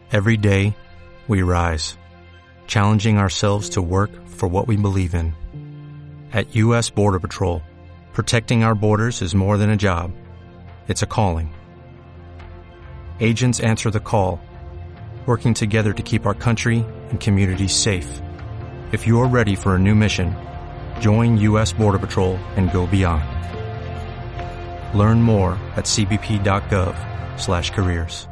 Every day, we rise, challenging ourselves to work for what we believe in. At U.S. Border Patrol, protecting our borders is more than a job. It's a calling. Agents answer the call, working together to keep our country and communities safe. If you're ready for a new mission, join U.S. Border Patrol and go beyond. Learn more at cbp.gov/careers.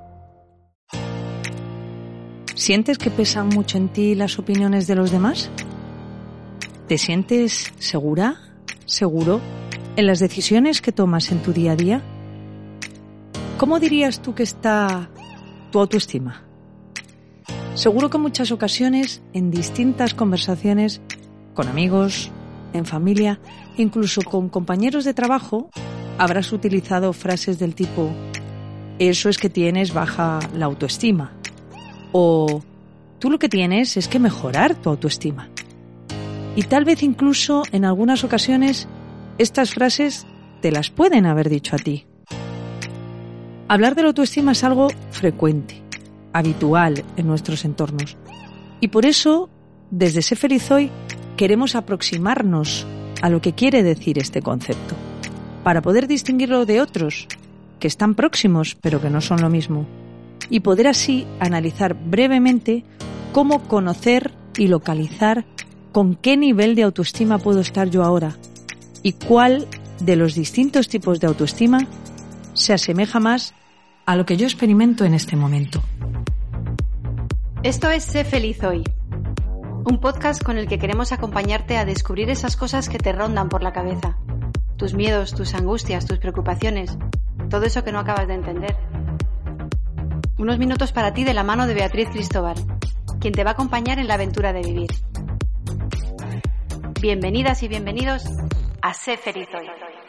¿Sientes que pesan mucho en ti las opiniones de los demás? ¿Te sientes segura, seguro, en las decisiones que tomas en tu día a día? ¿Cómo dirías tú que está tu autoestima? Seguro que en muchas ocasiones, en distintas conversaciones, con amigos, en familia, incluso con compañeros de trabajo, habrás utilizado frases del tipo: eso es que tienes baja la autoestima. O tú lo que tienes es que mejorar tu autoestima. Y tal vez incluso en algunas ocasiones estas frases te las pueden haber dicho a ti. Hablar de la autoestima es algo frecuente, habitual en nuestros entornos. Y por eso, desde Sé Feliz Hoy, queremos aproximarnos a lo que quiere decir este concepto, para poder distinguirlo de otros que están próximos pero que no son lo mismo, y poder así analizar brevemente cómo conocer y localizar con qué nivel de autoestima puedo estar yo ahora y cuál de los distintos tipos de autoestima se asemeja más a lo que yo experimento en este momento. Esto es Sé Feliz Hoy, un podcast con el que queremos acompañarte a descubrir esas cosas que te rondan por la cabeza, tus miedos, tus angustias, tus preocupaciones, todo eso que no acabas de entender. Unos minutos para ti de la mano de Beatriz Cristóbal, quien te va a acompañar en la aventura de vivir. Bienvenidas y bienvenidos a Sé Feliz Hoy.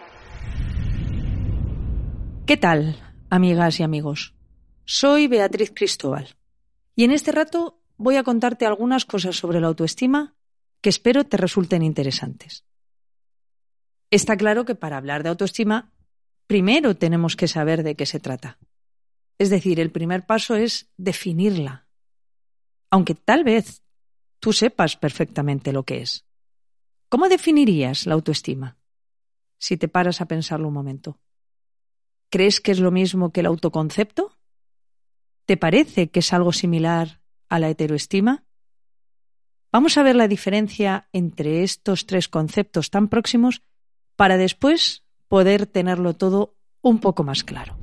¿Qué tal, amigas y amigos? Soy Beatriz Cristóbal y en este rato voy a contarte algunas cosas sobre la autoestima que espero te resulten interesantes. Está claro que para hablar de autoestima, primero tenemos que saber de qué se trata. Es decir, el primer paso es definirla, aunque tal vez tú sepas perfectamente lo que es. ¿Cómo definirías la autoestima? Si te paras a pensarlo un momento. ¿Crees que es lo mismo que el autoconcepto? ¿Te parece que es algo similar a la heteroestima? Vamos a ver la diferencia entre estos tres conceptos tan próximos para después poder tenerlo todo un poco más claro.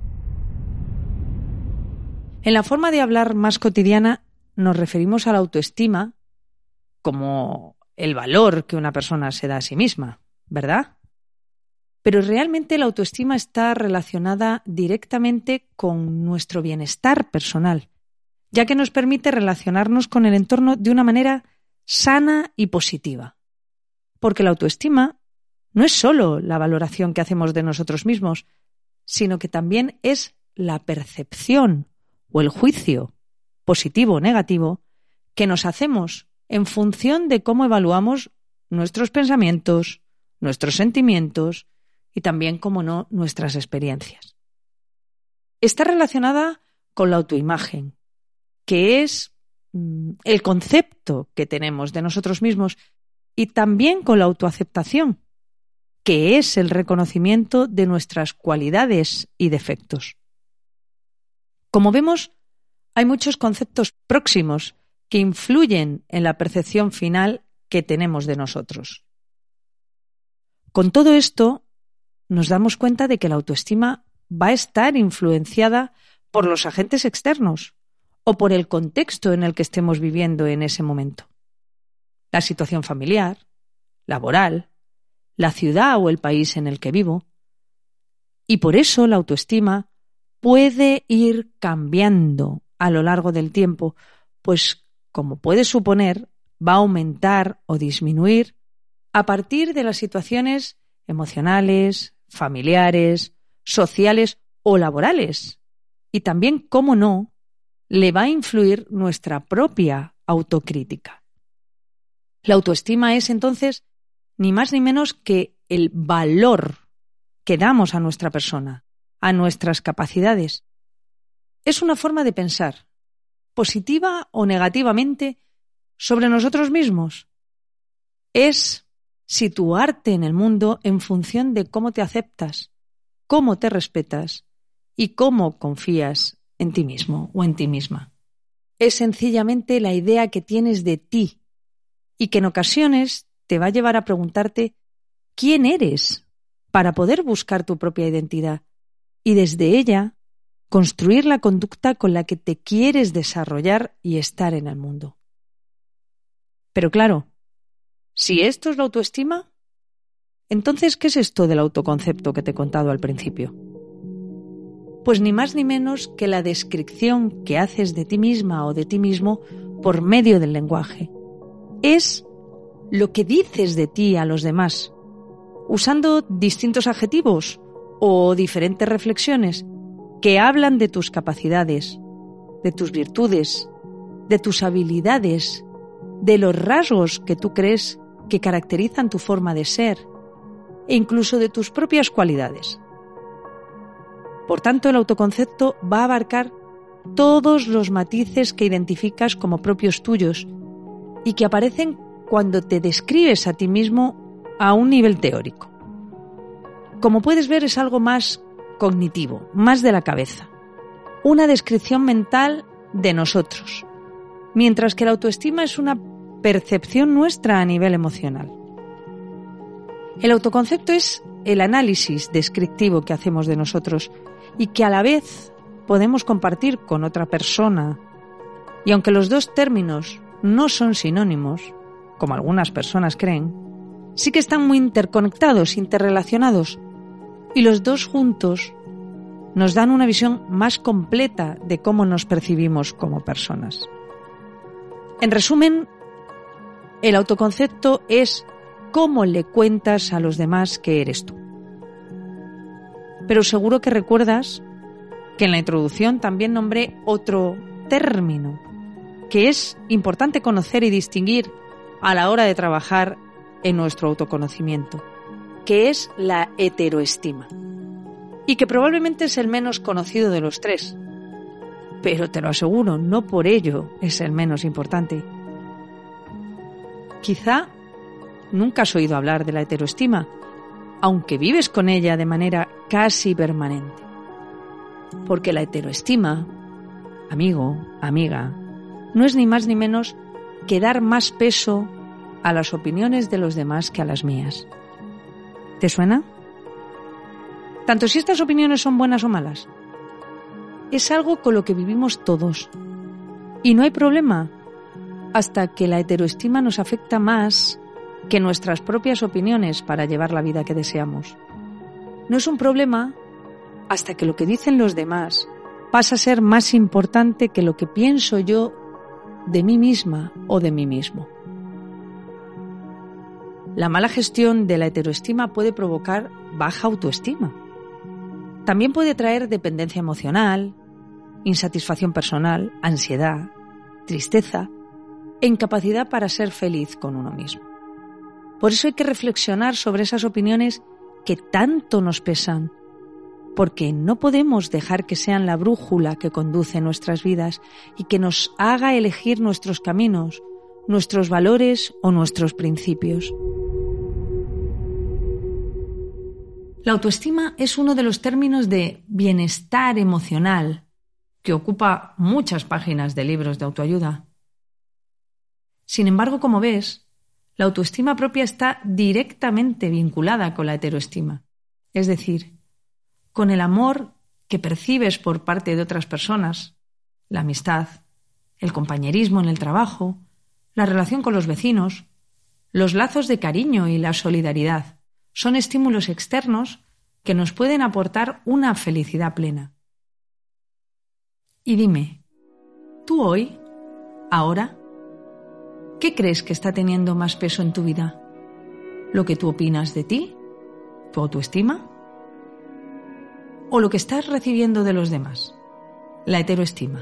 En la forma de hablar más cotidiana nos referimos a la autoestima como el valor que una persona se da a sí misma, ¿verdad? Pero realmente la autoestima está relacionada directamente con nuestro bienestar personal, ya que nos permite relacionarnos con el entorno de una manera sana y positiva. Porque la autoestima no es solo la valoración que hacemos de nosotros mismos, sino que también es la percepción o el juicio, positivo o negativo, que nos hacemos en función de cómo evaluamos nuestros pensamientos, nuestros sentimientos y también, como no, nuestras experiencias. Está relacionada con la autoimagen, que es el concepto que tenemos de nosotros mismos, y también con la autoaceptación, que es el reconocimiento de nuestras cualidades y defectos. Como vemos, hay muchos conceptos próximos que influyen en la percepción final que tenemos de nosotros. Con todo esto, nos damos cuenta de que la autoestima va a estar influenciada por los agentes externos o por el contexto en el que estemos viviendo en ese momento. La situación familiar, laboral, la ciudad o el país en el que vivo. Y por eso la autoestima puede ir cambiando a lo largo del tiempo, pues, como puedes suponer, va a aumentar o disminuir a partir de las situaciones emocionales, familiares, sociales o laborales. Y también, cómo no, le va a influir nuestra propia autocrítica. La autoestima es, entonces, ni más ni menos que el valor que damos a nuestra persona, a nuestras capacidades. Es una forma de pensar, positiva o negativamente sobre nosotros mismos. Es situarte en el mundo en función de cómo te aceptas, cómo te respetas y cómo confías en ti mismo o en ti misma. Es sencillamente la idea que tienes de ti y que en ocasiones te va a llevar a preguntarte quién eres para poder buscar tu propia identidad y desde ella construir la conducta con la que te quieres desarrollar y estar en el mundo. Pero claro, si esto es la autoestima, entonces, ¿qué es esto del autoconcepto que te he contado al principio? Pues ni más ni menos que la descripción que haces de ti misma o de ti mismo por medio del lenguaje. Es lo que dices de ti a los demás, usando distintos adjetivos o diferentes reflexiones que hablan de tus capacidades, de tus virtudes, de tus habilidades, de los rasgos que tú crees que caracterizan tu forma de ser e incluso de tus propias cualidades. Por tanto, el autoconcepto va a abarcar todos los matices que identificas como propios tuyos y que aparecen cuando te describes a ti mismo a un nivel teórico. Como puedes ver, es algo más cognitivo, más de la cabeza, una descripción mental de nosotros, mientras que la autoestima es una percepción nuestra a nivel emocional. El autoconcepto es el análisis descriptivo que hacemos de nosotros y que a la vez podemos compartir con otra persona. Y aunque los dos términos no son sinónimos, como algunas personas creen, sí que están muy interconectados, interrelacionados, y los dos juntos nos dan una visión más completa de cómo nos percibimos como personas. En resumen, el autoconcepto es cómo le cuentas a los demás que eres tú. Pero seguro que recuerdas que en la introducción también nombré otro término que es importante conocer y distinguir a la hora de trabajar en nuestro autoconocimiento, que es la heteroestima, y que probablemente es el menos conocido de los tres, pero te lo aseguro, no por ello es el menos importante. Quizá nunca has oído hablar de la heteroestima, aunque vives con ella de manera casi permanente. Porque la heteroestima, amigo, amiga, no es ni más ni menos que dar más peso a las opiniones de los demás que a las mías. ¿Te suena? Tanto si estas opiniones son buenas o malas. Es algo con lo que vivimos todos. Y no hay problema hasta que la heteroestima nos afecta más que nuestras propias opiniones para llevar la vida que deseamos. No es un problema hasta que lo que dicen los demás pasa a ser más importante que lo que pienso yo de mí misma o de mí mismo. La mala gestión de la heteroestima puede provocar baja autoestima. También puede traer dependencia emocional, insatisfacción personal, ansiedad, tristeza e incapacidad para ser feliz con uno mismo. Por eso hay que reflexionar sobre esas opiniones que tanto nos pesan, porque no podemos dejar que sean la brújula que conduce nuestras vidas y que nos haga elegir nuestros caminos, nuestros valores o nuestros principios. La autoestima es uno de los términos de bienestar emocional que ocupa muchas páginas de libros de autoayuda. Sin embargo, como ves, la autoestima propia está directamente vinculada con la heteroestima, es decir, con el amor que percibes por parte de otras personas, la amistad, el compañerismo en el trabajo, la relación con los vecinos, los lazos de cariño y la solidaridad. Son estímulos externos que nos pueden aportar una felicidad plena. Y dime, ¿tú hoy, ahora, qué crees que está teniendo más peso en tu vida? ¿Lo que tú opinas de ti? ¿Tu autoestima? ¿O lo que estás recibiendo de los demás? La heteroestima.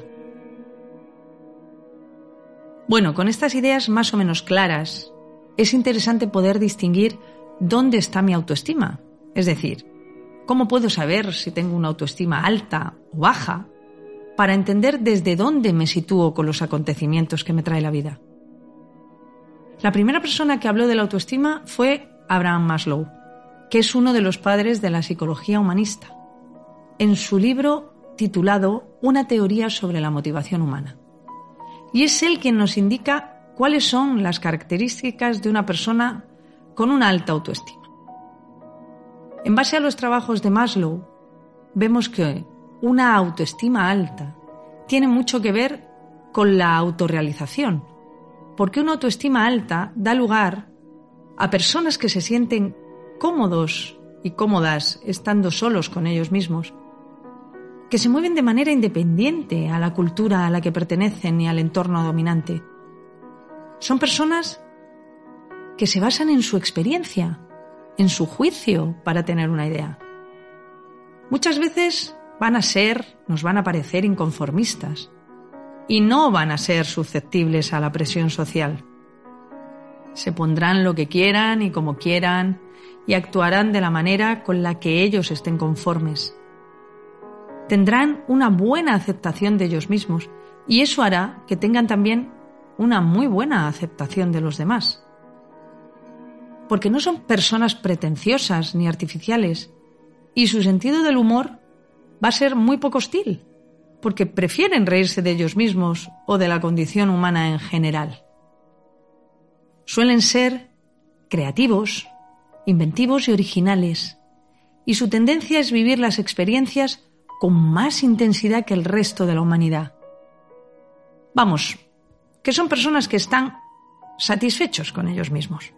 Bueno, con estas ideas más o menos claras, es interesante poder distinguir dónde está mi autoestima. Es decir, ¿cómo puedo saber si tengo una autoestima alta o baja? para entender desde dónde me sitúo con los acontecimientos que me trae la vida. La primera persona que habló de la autoestima fue Abraham Maslow, que es uno de los padres de la psicología humanista, en su libro titulado Una teoría sobre la motivación humana. Y es él quien nos indica cuáles son las características de una persona con una alta autoestima. En base a los trabajos de Maslow, vemos que una autoestima alta tiene mucho que ver con la autorrealización, porque una autoestima alta da lugar a personas que se sienten cómodos y cómodas estando solos con ellos mismos, que se mueven de manera independiente a la cultura a la que pertenecen y al entorno dominante. Son personas que se basan en su experiencia, en su juicio para tener una idea. Muchas veces nos van a parecer inconformistas y no van a ser susceptibles a la presión social. Se pondrán lo que quieran y como quieran y actuarán de la manera con la que ellos estén conformes. Tendrán una buena aceptación de ellos mismos y eso hará que tengan también una muy buena aceptación de los demás. Porque no son personas pretenciosas ni artificiales y su sentido del humor va a ser muy poco hostil, porque prefieren reírse de ellos mismos o de la condición humana en general. Suelen ser creativos, inventivos y originales, y su tendencia es vivir las experiencias con más intensidad que el resto de la humanidad. Vamos, que son personas que están satisfechos con ellos mismos.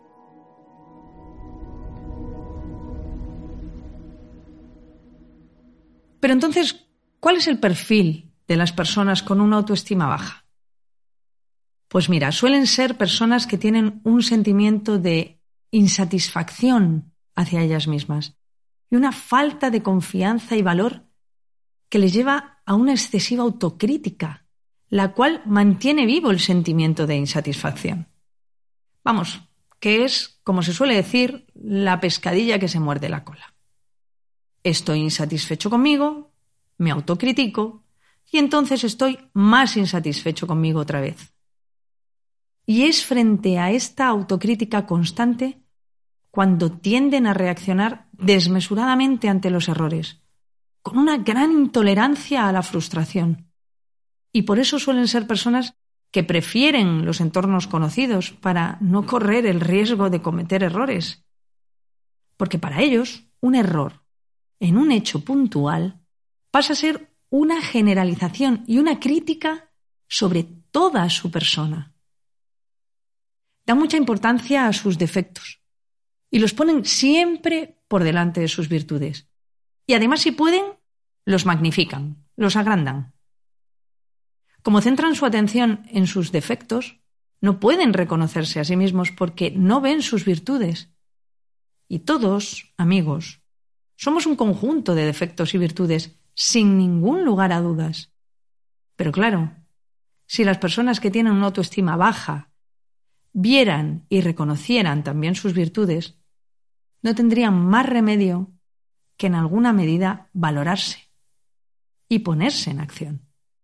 Pero entonces, ¿cuál es el perfil de las personas con una autoestima baja? Pues mira, suelen ser personas que tienen un sentimiento de insatisfacción hacia ellas mismas y una falta de confianza y valor que les lleva a una excesiva autocrítica, la cual mantiene vivo el sentimiento de insatisfacción. Vamos, que es, como se suele decir, la pescadilla que se muerde la cola. Estoy insatisfecho conmigo, me autocritico y entonces estoy más insatisfecho conmigo otra vez. Y es frente a esta autocrítica constante cuando tienden a reaccionar desmesuradamente ante los errores, con una gran intolerancia a la frustración. Y por eso suelen ser personas que prefieren los entornos conocidos para no correr el riesgo de cometer errores. Porque para ellos, un error en un hecho puntual pasa a ser una generalización y una crítica sobre toda su persona. Dan mucha importancia a sus defectos y los ponen siempre por delante de sus virtudes. Y además, si pueden, los magnifican, los agrandan. Como centran su atención en sus defectos, no pueden reconocerse a sí mismos porque no ven sus virtudes. Y todos, amigos, somos un conjunto de defectos y virtudes sin ningún lugar a dudas. Pero claro, si las personas que tienen una autoestima baja vieran y reconocieran también sus virtudes, no tendrían más remedio que en alguna medida valorarse y ponerse en acción.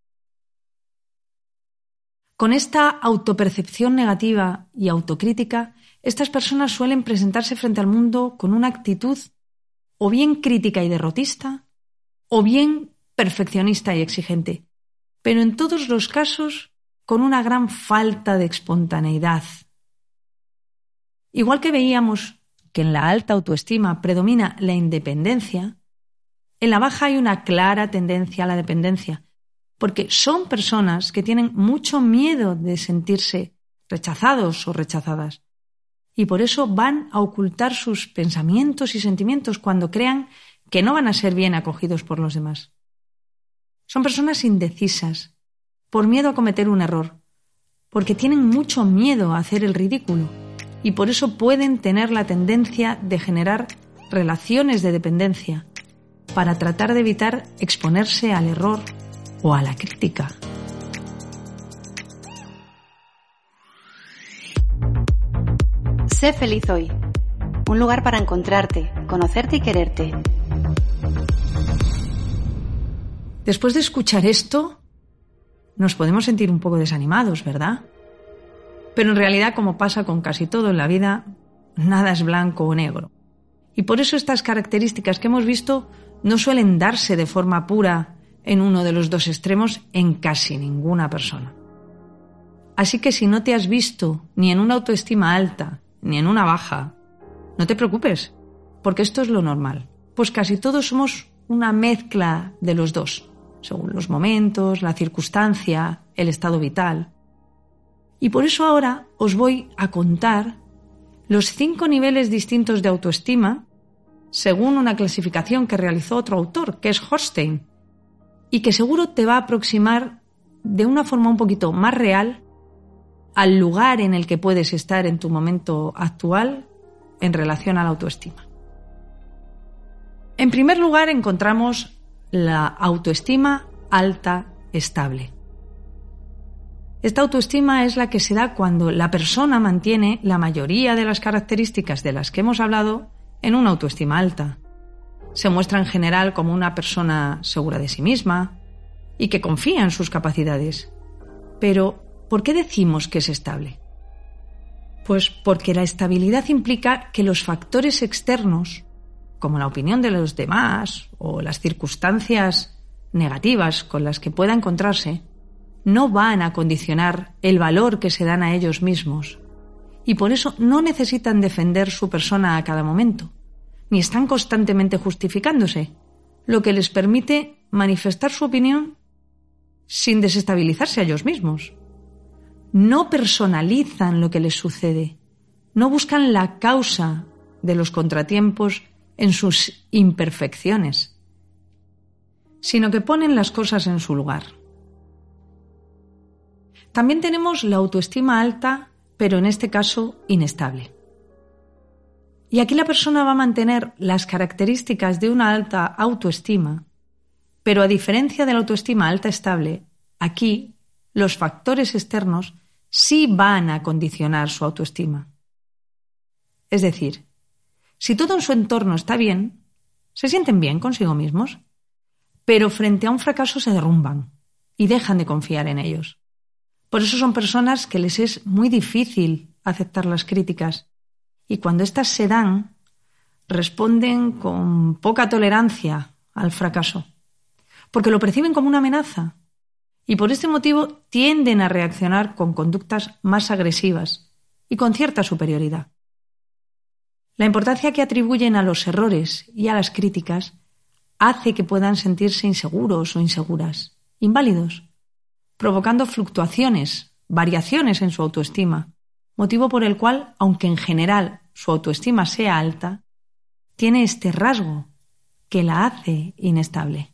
Con esta autopercepción negativa y autocrítica, estas personas suelen presentarse frente al mundo con una actitud o bien crítica y derrotista, o bien perfeccionista y exigente, pero en todos los casos con una gran falta de espontaneidad. Igual que veíamos que en la alta autoestima predomina la independencia, en la baja hay una clara tendencia a la dependencia, porque son personas que tienen mucho miedo de sentirse rechazados o rechazadas. Y por eso van a ocultar sus pensamientos y sentimientos cuando crean que no van a ser bien acogidos por los demás. Son personas indecisas, por miedo a cometer un error, porque tienen mucho miedo a hacer el ridículo y por eso pueden tener la tendencia de generar relaciones de dependencia para tratar de evitar exponerse al error o a la crítica. Sé feliz hoy. Un lugar para encontrarte, conocerte y quererte. Después de escuchar esto, nos podemos sentir un poco desanimados, ¿verdad? Pero en realidad, como pasa con casi todo en la vida, nada es blanco o negro. Y por eso estas características que hemos visto no suelen darse de forma pura en uno de los dos extremos en casi ninguna persona. Así que si no te has visto ni en una autoestima alta ni en una baja, no te preocupes, porque esto es lo normal. Pues casi todos somos una mezcla de los dos, según los momentos, la circunstancia, el estado vital. Y por eso ahora os voy a contar los 5 niveles distintos de autoestima según una clasificación que realizó otro autor, que es Hochstein, y que seguro te va a aproximar de una forma un poquito más real al lugar en el que puedes estar en tu momento actual en relación a la autoestima. En primer lugar encontramos la autoestima alta estable. Esta autoestima es la que se da cuando la persona mantiene la mayoría de las características de las que hemos hablado en una autoestima alta. Se muestra en general como una persona segura de sí misma y que confía en sus capacidades. Pero, ¿por qué decimos que es estable? Pues porque la estabilidad implica que los factores externos, como la opinión de los demás o las circunstancias negativas con las que pueda encontrarse, no van a condicionar el valor que se dan a ellos mismos y por eso no necesitan defender su persona a cada momento, ni están constantemente justificándose, lo que les permite manifestar su opinión sin desestabilizarse a ellos mismos. No personalizan lo que les sucede, no buscan la causa de los contratiempos en sus imperfecciones, sino que ponen las cosas en su lugar. También tenemos la autoestima alta, pero en este caso inestable. Y aquí la persona va a mantener las características de una alta autoestima, pero a diferencia de la autoestima alta estable, aquí los factores externos sí van a condicionar su autoestima. Es decir, si todo en su entorno está bien, se sienten bien consigo mismos, pero frente a un fracaso se derrumban y dejan de confiar en ellos. Por eso son personas que les es muy difícil aceptar las críticas y cuando éstas se dan, responden con poca tolerancia al fracaso, porque lo perciben como una amenaza y por este motivo tienden a reaccionar con conductas más agresivas y con cierta superioridad. La importancia que atribuyen a los errores y a las críticas hace que puedan sentirse inseguros o inseguras, inválidos, provocando fluctuaciones, variaciones en su autoestima, motivo por el cual, aunque en general su autoestima sea alta, tiene este rasgo que la hace inestable.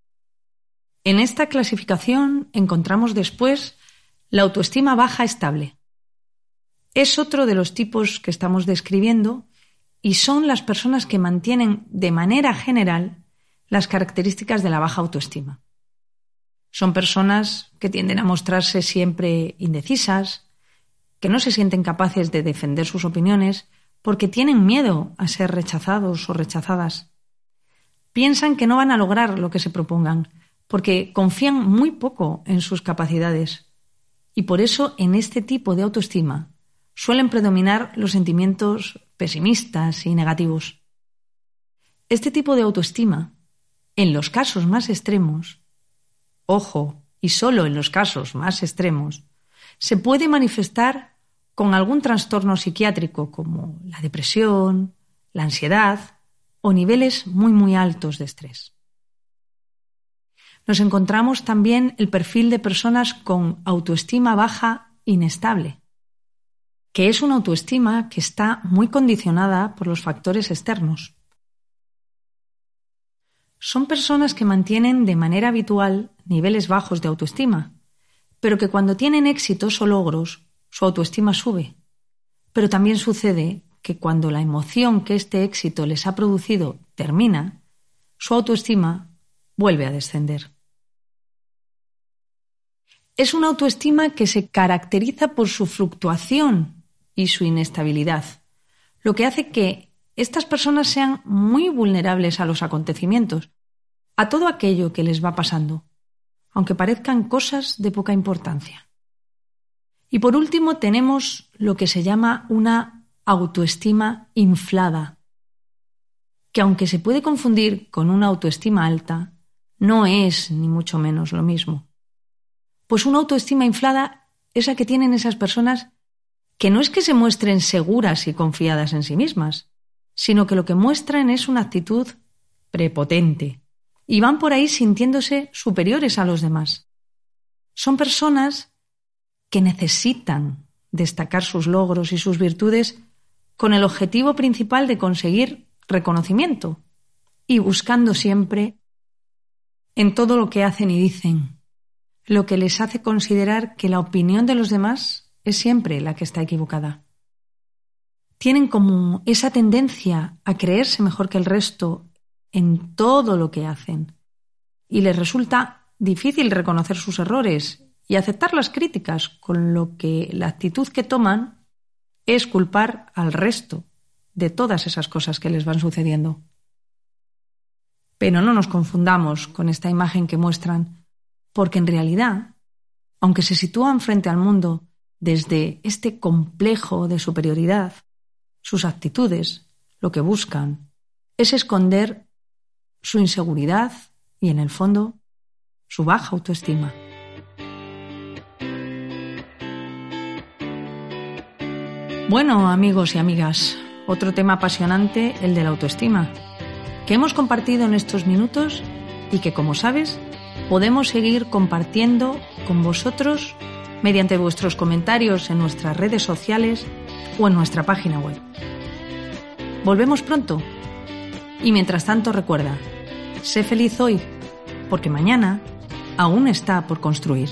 En esta clasificación encontramos después la autoestima baja estable. Es otro de los tipos que estamos describiendo y son las personas que mantienen de manera general las características de la baja autoestima. Son personas que tienden a mostrarse siempre indecisas, que no se sienten capaces de defender sus opiniones porque tienen miedo a ser rechazados o rechazadas. Piensan que no van a lograr lo que se propongan porque confían muy poco en sus capacidades y por eso en este tipo de autoestima suelen predominar los sentimientos pesimistas y negativos. Este tipo de autoestima, en los casos más extremos, ojo, y solo en los casos más extremos, se puede manifestar con algún trastorno psiquiátrico como la depresión, la ansiedad o niveles muy altos de estrés. Nos encontramos también el perfil de personas con autoestima baja inestable, que es una autoestima que está muy condicionada por los factores externos. Son personas que mantienen de manera habitual niveles bajos de autoestima, pero que cuando tienen éxitos o logros, su autoestima sube. Pero también sucede que cuando la emoción que este éxito les ha producido termina, su autoestima vuelve a descender. Es una autoestima que se caracteriza por su fluctuación y su inestabilidad, lo que hace que estas personas sean muy vulnerables a los acontecimientos, a todo aquello que les va pasando, aunque parezcan cosas de poca importancia. Y por último tenemos lo que se llama una autoestima inflada, que aunque se puede confundir con una autoestima alta, no es ni mucho menos lo mismo. Pues una autoestima inflada es la que tienen esas personas que no es que se muestren seguras y confiadas en sí mismas, sino que lo que muestran es una actitud prepotente y van por ahí sintiéndose superiores a los demás. Son personas que necesitan destacar sus logros y sus virtudes con el objetivo principal de conseguir reconocimiento y buscando siempre en todo lo que hacen y dicen, lo que les hace considerar que la opinión de los demás es siempre la que está equivocada. Tienen como esa tendencia a creerse mejor que el resto en todo lo que hacen y les resulta difícil reconocer sus errores y aceptar las críticas, con lo que la actitud que toman es culpar al resto de todas esas cosas que les van sucediendo. Pero no nos confundamos con esta imagen que muestran, porque en realidad, aunque se sitúan frente al mundo desde este complejo de superioridad, sus actitudes, lo que buscan, es esconder su inseguridad y, en el fondo, su baja autoestima. Bueno, amigos y amigas, otro tema apasionante, el de la autoestima, que hemos compartido en estos minutos y que, como sabes, podemos seguir compartiendo con vosotros mediante vuestros comentarios en nuestras redes sociales o en nuestra página web. Volvemos pronto. Y mientras tanto, recuerda, sé feliz hoy, porque mañana aún está por construir.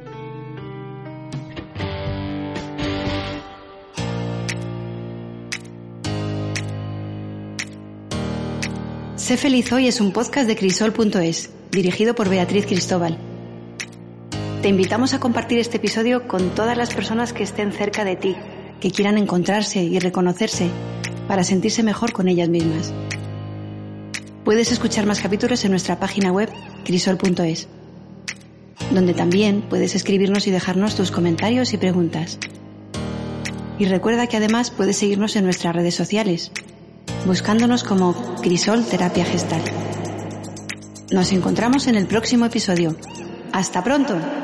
Sé feliz hoy es un podcast de Crisol.es, dirigido por Beatriz Cristóbal. Te invitamos a compartir este episodio con todas las personas que estén cerca de ti, que quieran encontrarse y reconocerse para sentirse mejor con ellas mismas. Puedes escuchar más capítulos en nuestra página web Crisol.es, donde también puedes escribirnos y dejarnos tus comentarios y preguntas. Y recuerda que además puedes seguirnos en nuestras redes sociales, buscándonos como Crisol Terapia Gestal. Nos encontramos en el próximo episodio. ¡Hasta pronto!